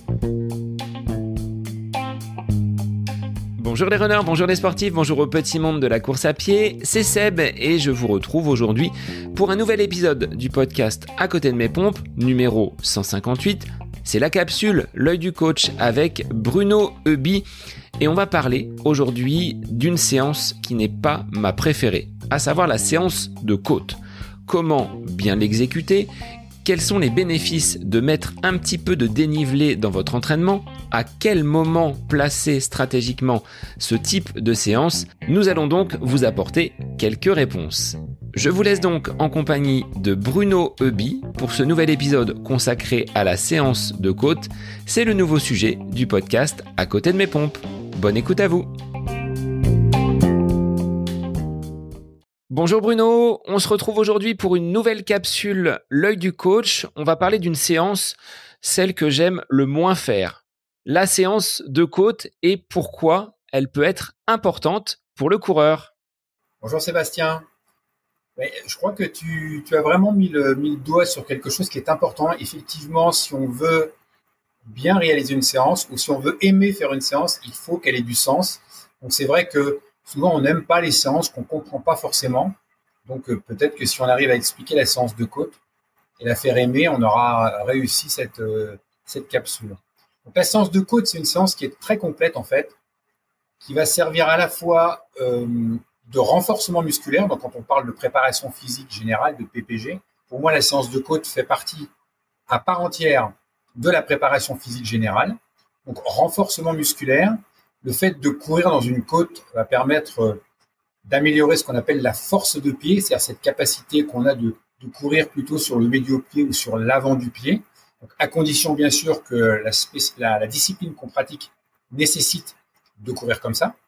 Bonjour les runners, bonjour les sportifs, bonjour au petit monde de la course à pied, c'est Seb et je vous retrouve aujourd'hui pour un nouvel épisode du podcast À côté de mes pompes, numéro 158. C'est la capsule L'œil du coach avec Bruno Heuby et on va parler aujourd'hui d'une séance qui n'est pas ma préférée, à savoir la séance de côte. Comment bien l'exécuter ? Quels sont les bénéfices de mettre un petit peu de dénivelé dans votre entraînement ? À quel moment placer stratégiquement ce type de séance ? Nous allons donc vous apporter quelques réponses. Je vous laisse donc en compagnie de Bruno Heuby pour ce nouvel épisode consacré à la séance de côte. C'est le nouveau sujet du podcast À côté de mes pompes. Bonne écoute à vous. Bonjour Bruno, on se retrouve aujourd'hui pour une nouvelle capsule L'œil du coach. On va parler d'une séance, celle que j'aime le moins faire. La séance de côte et pourquoi elle peut être importante pour le coureur. Bonjour Sébastien. Je crois que tu as vraiment mis le doigt sur quelque chose qui est important. Effectivement, si on veut bien réaliser une séance ou si on veut aimer faire une séance, il faut qu'elle ait du sens. Donc c'est vrai que souvent on n'aime pas les séances qu'on ne comprend pas forcément. Donc peut-être que si on arrive à expliquer la séance de côte et la faire aimer, on aura réussi cette capsule. Donc la séance de côte, c'est une séance qui est très complète en fait, qui va servir à la fois de renforcement musculaire. Donc quand on parle de préparation physique générale, de PPG, pour moi la séance de côte fait partie à part entière de la préparation physique générale. Donc renforcement musculaire, le fait de courir dans une côte va permettre d'améliorer ce qu'on appelle la force de pied, c'est-à-dire cette capacité qu'on a de courir plutôt sur le médio-pied ou sur l'avant du pied, donc à condition bien sûr que la discipline qu'on pratique nécessite de courir comme ça.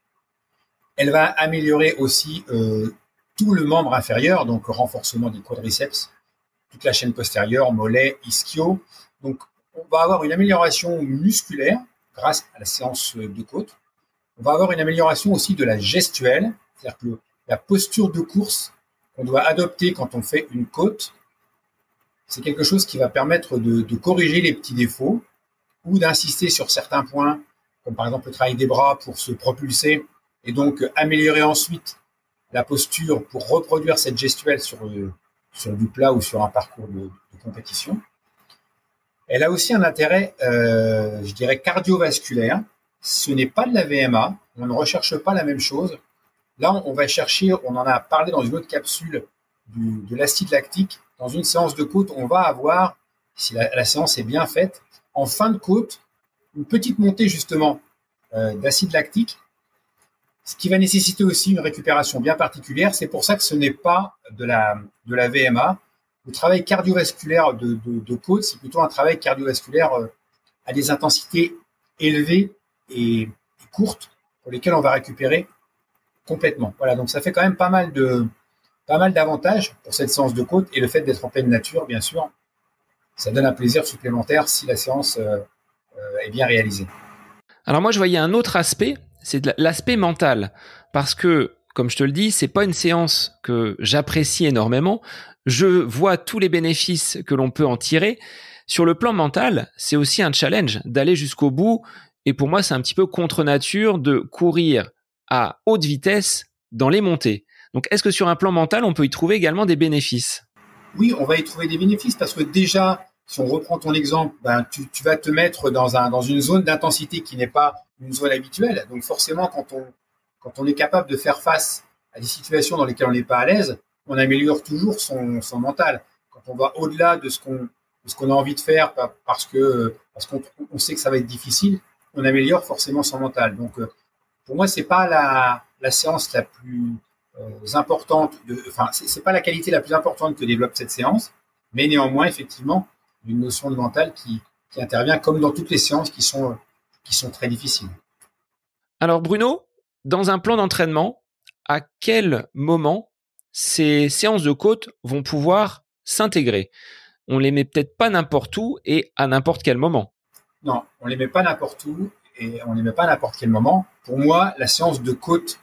Elle va améliorer aussi tout le membre inférieur, donc renforcement des quadriceps, toute la chaîne postérieure, mollet, ischio. Donc on va avoir une amélioration musculaire grâce à la séance de côte. On va avoir une amélioration aussi de la gestuelle, c'est-à-dire que la posture de course qu'on doit adopter quand on fait une côte, c'est quelque chose qui va permettre de corriger les petits défauts ou d'insister sur certains points, comme par exemple le travail des bras pour se propulser et donc améliorer ensuite la posture pour reproduire cette gestuelle sur du plat ou sur un parcours de compétition. Elle a aussi un intérêt, je dirais, cardiovasculaire. Ce n'est pas de la VMA, on ne recherche pas la même chose. Là, on va chercher, on en a parlé dans une autre capsule de l'acide lactique. Dans une séance de côte, on va avoir, si la séance est bien faite, en fin de côte, une petite montée justement d'acide lactique, ce qui va nécessiter aussi une récupération bien particulière. C'est pour ça que ce n'est pas de la VMA. Le travail cardiovasculaire de côte, c'est plutôt un travail cardiovasculaire à des intensités élevées et courtes pour lesquelles on va récupérer complètement. Voilà, donc ça fait quand même pas mal d'avantages pour cette séance de côte et le fait d'être en pleine nature, bien sûr, ça donne un plaisir supplémentaire si la séance est bien réalisée. Alors moi je voyais un autre aspect, c'est l'aspect mental, parce que comme je te le dis, c'est pas une séance que j'apprécie énormément. Je vois tous les bénéfices que l'on peut en tirer. Sur le plan mental, c'est aussi un challenge d'aller jusqu'au bout. Et pour moi, c'est un petit peu contre nature de courir à haute vitesse dans les montées. Donc, est-ce que sur un plan mental, on peut y trouver également des bénéfices ? Oui, on va y trouver des bénéfices parce que déjà, si on reprend ton exemple, tu vas te mettre dans une zone d'intensité qui n'est pas une zone habituelle. Donc forcément, quand on est capable de faire face à des situations dans lesquelles on n'est pas à l'aise, on améliore toujours son mental. Quand on va au-delà de ce qu'on a envie de faire parce qu'on sait que ça va être difficile, on améliore forcément son mental. Donc, pour moi, c'est pas la séance la plus importante. C'est pas la qualité la plus importante que développe cette séance, mais néanmoins, effectivement, une notion de mental qui intervient comme dans toutes les séances qui sont très difficiles. Alors Bruno, dans un plan d'entraînement, à quel moment ces séances de côte vont pouvoir s'intégrer ? On les met peut-être pas n'importe où et à n'importe quel moment. Non, on les met pas n'importe où et on les met pas à n'importe quel moment. Pour moi, la séance de côte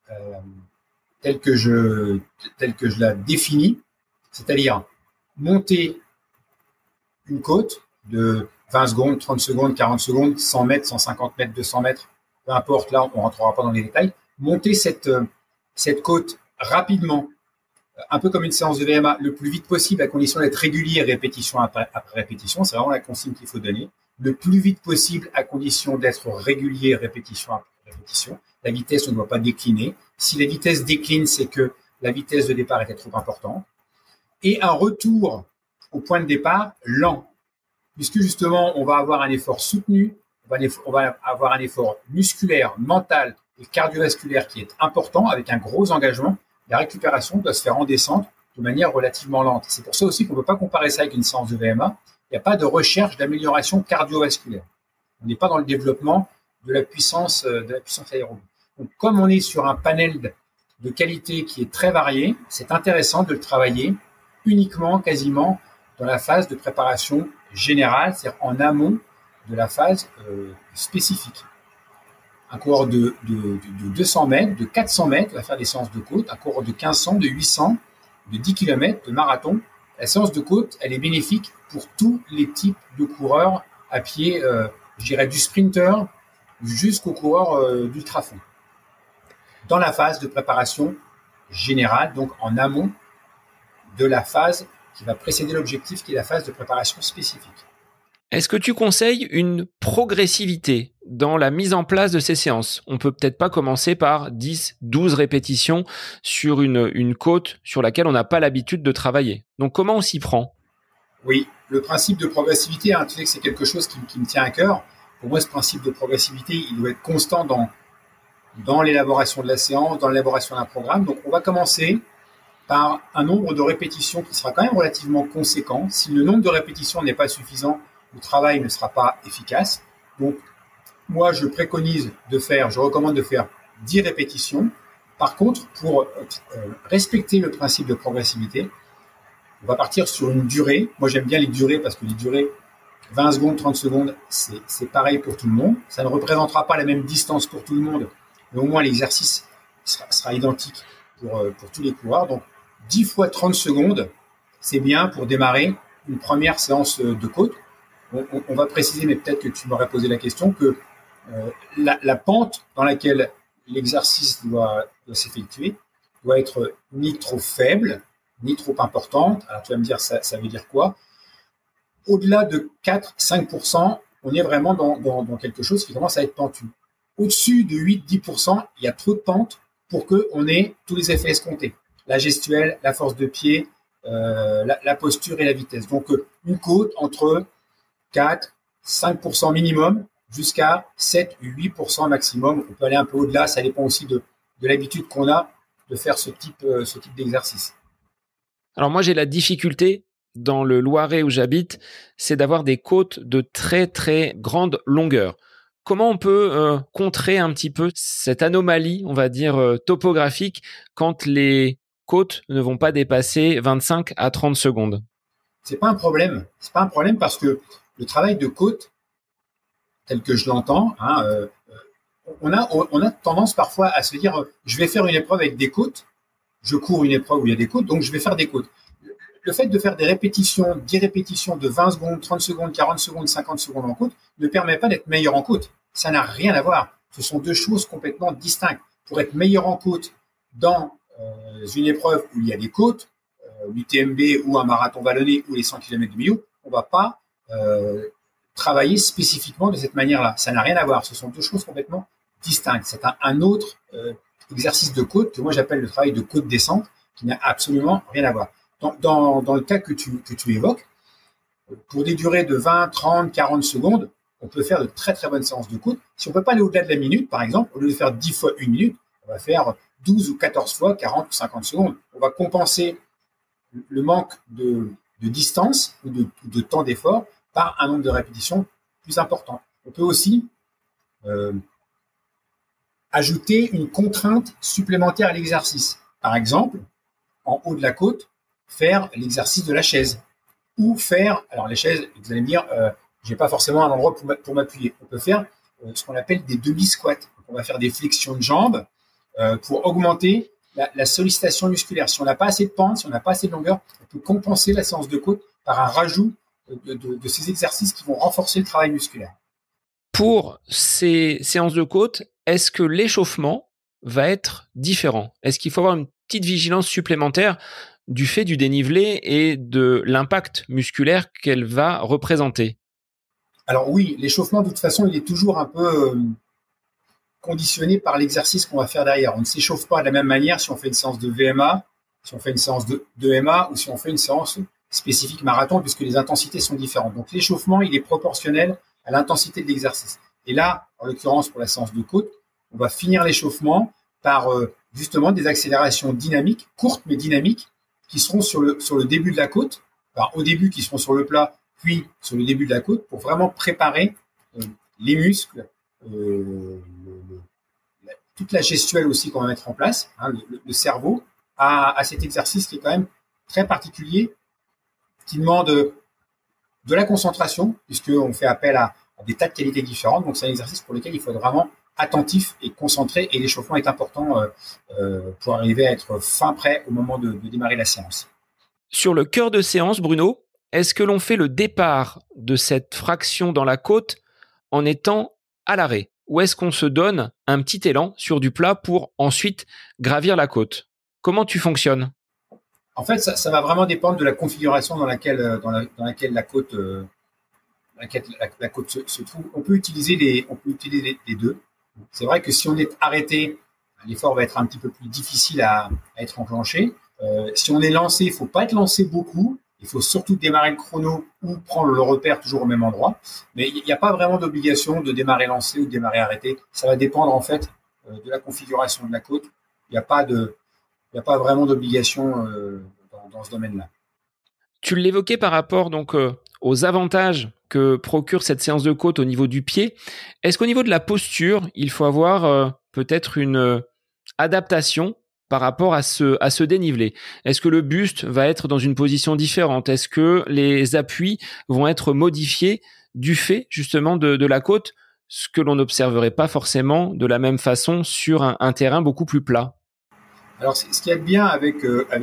telle que je la définis, c'est-à-dire monter une côte, de 20 secondes, 30 secondes, 40 secondes, 100 mètres, 150 mètres, 200 mètres, peu importe, là, on ne rentrera pas dans les détails. Monter cette côte rapidement, un peu comme une séance de VMA, le plus vite possible, à condition d'être régulier répétition après répétition. C'est vraiment la consigne qu'il faut donner. Le plus vite possible, à condition d'être régulier répétition après répétition. La vitesse ne doit pas décliner. Si la vitesse décline, c'est que la vitesse de départ était trop importante. Et un retour au point de départ lent, puisque justement, on va avoir un effort soutenu, on va avoir un effort musculaire, mental et cardiovasculaire qui est important, avec un gros engagement. La récupération doit se faire en descente de manière relativement lente. C'est pour ça aussi qu'on ne peut pas comparer ça avec une séance de VMA. Il n'y a pas de recherche d'amélioration cardiovasculaire. On n'est pas dans le développement de la puissance aérobie. Donc, comme on est sur un panel de qualité qui est très varié, c'est intéressant de le travailler uniquement, quasiment, dans la phase de préparation générale, c'est-à-dire en amont de la phase spécifique. Un coureur de 200 mètres, de 400 mètres, va faire des séances de côte. Un coureur de 1500, de 800, de 10 km, de marathon. La séance de côte, elle est bénéfique pour tous les types de coureurs à pied, je dirais du sprinter jusqu'au coureur d'ultrafond. Dans la phase de préparation générale, donc en amont de la phase qui va précéder l'objectif, qui est la phase de préparation spécifique. Est-ce que tu conseilles une progressivité dans la mise en place de ces séances? On peut peut-être pas commencer par 10, 12 répétitions sur une côte sur laquelle on n'a pas l'habitude de travailler. Donc, comment on s'y prend? Oui, le principe de progressivité, tu sais que c'est quelque chose qui me tient à cœur. Pour moi, ce principe de progressivité, il doit être constant dans l'élaboration de la séance, dans l'élaboration d'un programme. Donc, on va commencer par un nombre de répétitions qui sera quand même relativement conséquent. Si le nombre de répétitions n'est pas suffisant, le travail ne sera pas efficace. Donc, moi, je recommande de faire 10 répétitions. Par contre, pour respecter le principe de progressivité, on va partir sur une durée. Moi, j'aime bien les durées parce que les durées, 20 secondes, 30 secondes, c'est pareil pour tout le monde. Ça ne représentera pas la même distance pour tout le monde, mais au moins l'exercice sera identique pour tous les coureurs. Donc, 10 fois 30 secondes, c'est bien pour démarrer une première séance de côte. On va préciser, mais peut-être que tu m'aurais posé la question, que la pente dans laquelle l'exercice doit s'effectuer doit être ni trop faible, ni trop importante. Alors, tu vas me dire, ça veut dire quoi? Au-delà de 4-5%, on est vraiment dans quelque chose qui commence à être pentu. Au-dessus de 8-10%, il y a trop de pente pour qu'on ait tous les effets escomptés. La gestuelle, la force de pied, la posture et la vitesse. Donc, une côte entre 4-5% minimum jusqu'à 7-8% maximum. On peut aller un peu au-delà, ça dépend aussi de l'habitude qu'on a de faire ce type d'exercice. Alors moi, j'ai la difficulté dans le Loiret où j'habite, c'est d'avoir des côtes de très très grande longueur. Comment on peut contrer un petit peu cette anomalie, on va dire, topographique quand les côtes ne vont pas dépasser 25 à 30 secondes? C'est pas un problème. C'est pas un problème parce que le travail de côte, tel que je l'entends, on a tendance parfois à se dire je vais faire une épreuve avec des côtes, je cours une épreuve où il y a des côtes, donc je vais faire des côtes. Le fait de faire des répétitions, 10 répétitions de 20 secondes, 30 secondes, 40 secondes, 50 secondes en côte ne permet pas d'être meilleur en côte. Ça n'a rien à voir. Ce sont deux choses complètement distinctes. Pour être meilleur en côte dans une épreuve où il y a des côtes, l'UTMB ou un marathon vallonné ou les 100 km de milieu, on ne va pas travailler spécifiquement de cette manière-là. Ça n'a rien à voir. Ce sont deux choses complètement distinctes. C'est un autre exercice de côte que moi j'appelle le travail de côte descente qui n'a absolument rien à voir. Dans le cas que tu évoques, pour des durées de 20, 30, 40 secondes, on peut faire de très très bonnes séances de côte. Si on ne peut pas aller au-delà de la minute, par exemple, au lieu de faire 10 fois une minute, on va faire 12 ou 14 fois 40 ou 50 secondes. On va compenser le manque de distance ou de temps d'effort par un nombre de répétitions plus important. On peut aussi ajouter une contrainte supplémentaire à l'exercice. Par exemple, en haut de la côte, faire l'exercice de la chaise. Ou faire, alors les chaises, vous allez me dire, j'ai pas forcément un endroit pour m'appuyer. On peut faire ce qu'on appelle des demi-squats. On va faire des flexions de jambes pour augmenter la sollicitation musculaire. Si on n'a pas assez de pente, si on n'a pas assez de longueur, on peut compenser la séance de côte par un rajout de ces exercices qui vont renforcer le travail musculaire. Pour ces séances de côte, est-ce que l'échauffement va être différent? Est-ce qu'il faut avoir une petite vigilance supplémentaire du fait du dénivelé et de l'impact musculaire qu'elle va représenter? Alors oui, l'échauffement, de toute façon, il est toujours un peu conditionné par l'exercice qu'on va faire derrière. On ne s'échauffe pas de la même manière si on fait une séance de VMA, si on fait une séance de MA ou si on fait une séance spécifique marathon, puisque les intensités sont différentes. Donc l'échauffement, il est proportionnel à l'intensité de l'exercice. Et là, en l'occurrence, pour la séance de côte, on va finir l'échauffement par justement des accélérations dynamiques, courtes mais dynamiques, qui seront sur le début de la côte, enfin, au début qui seront sur le plat, puis sur le début de la côte, pour vraiment préparer les muscles, toute la gestuelle aussi qu'on va mettre en place, le cerveau, à cet exercice qui est quand même très particulier, qui demande de la concentration, puisqu'on fait appel à des tas de qualités différentes. Donc, c'est un exercice pour lequel il faut être vraiment attentif et concentré, et l'échauffement est important pour arriver à être fin prêt au moment de démarrer la séance. Sur le cœur de séance, Bruno, est-ce que l'on fait le départ de cette fraction dans la côte en étant à l'arrêt? Ou est-ce qu'on se donne un petit élan sur du plat pour ensuite gravir la côte? Comment tu fonctionnes? En fait, ça va vraiment dépendre de la configuration dans laquelle la côte, la côte se trouve. On peut utiliser les deux. C'est vrai que si on est arrêté, l'effort va être un petit peu plus difficile à être enclenché. Si on est lancé, il ne faut pas être lancé beaucoup. Il faut surtout démarrer le chrono ou prendre le repère toujours au même endroit. Mais il n'y a pas vraiment d'obligation de démarrer lancé ou de démarrer arrêté. Ça va dépendre en fait de la configuration de la côte. Il n'y a pas vraiment d'obligation dans ce domaine-là. Tu l'évoquais par rapport donc aux avantages que procure cette séance de côte au niveau du pied. Est-ce qu'au niveau de la posture, il faut avoir peut-être une adaptation par rapport à ce dénivelé? Est-ce que le buste va être dans une position différente? Est-ce que les appuis vont être modifiés du fait justement de la côte, ce que l'on n'observerait pas forcément de la même façon sur un terrain beaucoup plus plat? Alors, ce qu'il y a de bien avec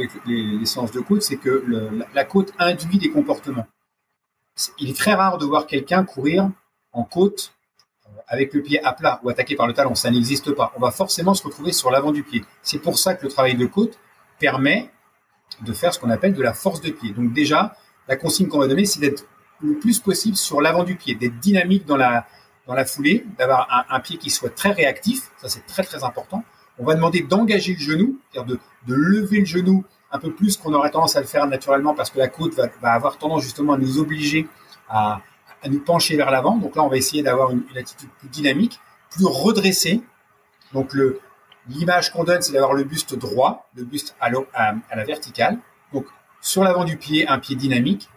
les séances de côte, c'est que la côte induit des comportements. Il est très rare de voir quelqu'un courir en côte avec le pied à plat ou attaqué par le talon. Ça n'existe pas. On va forcément se retrouver sur l'avant du pied. C'est pour ça que le travail de côte permet de faire ce qu'on appelle de la force de pied. Donc déjà, la consigne qu'on va donner, c'est d'être le plus possible sur l'avant du pied, d'être dynamique dans la foulée, d'avoir un pied qui soit très réactif. Ça, c'est très, très important. On va demander d'engager le genou, c'est-à-dire de lever le genou un peu plus qu'on aurait tendance à le faire naturellement, parce que la côte va avoir tendance justement à nous obliger à nous pencher vers l'avant. Donc là, on va essayer d'avoir une attitude plus dynamique, plus redressée. Donc l'image qu'on donne, c'est d'avoir le buste droit, le buste à la verticale. Donc sur l'avant du pied, un pied dynamique.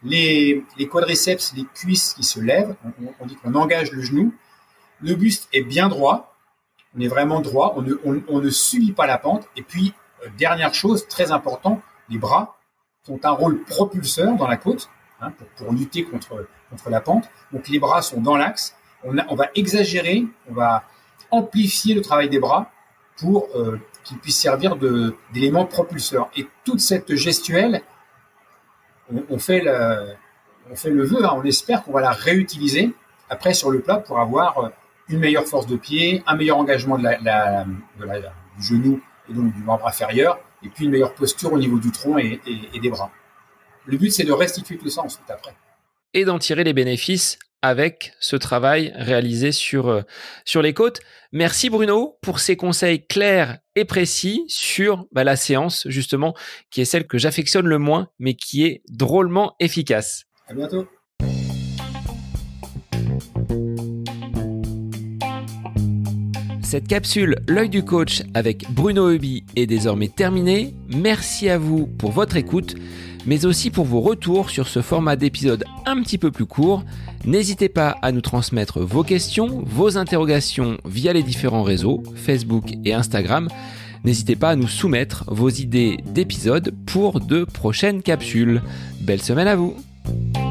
Les quadriceps, les cuisses qui se lèvent, on dit qu'on engage le genou. Le buste est bien droit, on est vraiment droit, on ne subit pas la pente. Et puis, dernière chose, très important, les bras ont un rôle propulseur dans la côte, pour lutter contre la pente. Donc les bras sont dans l'axe, on va exagérer, on va amplifier le travail des bras pour qu'ils puissent servir d'éléments propulseurs. Et toute cette gestuelle, on fait le vœu, on espère qu'on va la réutiliser après sur le plat pour avoir une meilleure force de pied, un meilleur engagement du genou et donc du membre inférieur, et puis une meilleure posture au niveau du tronc et des bras. Le but, c'est de restituer tout ça ensuite après. Et d'en tirer les bénéfices avec ce travail réalisé sur les côtes. Merci Bruno pour ces conseils clairs et précis sur la séance, justement, qui est celle que j'affectionne le moins, mais qui est drôlement efficace. À bientôt. Cette capsule L'œil du coach avec Bruno Heuby est désormais terminée. Merci à vous pour votre écoute, mais aussi pour vos retours sur ce format d'épisode un petit peu plus court. N'hésitez pas à nous transmettre vos questions, vos interrogations via les différents réseaux, Facebook et Instagram. N'hésitez pas à nous soumettre vos idées d'épisodes pour de prochaines capsules. Belle semaine à vous!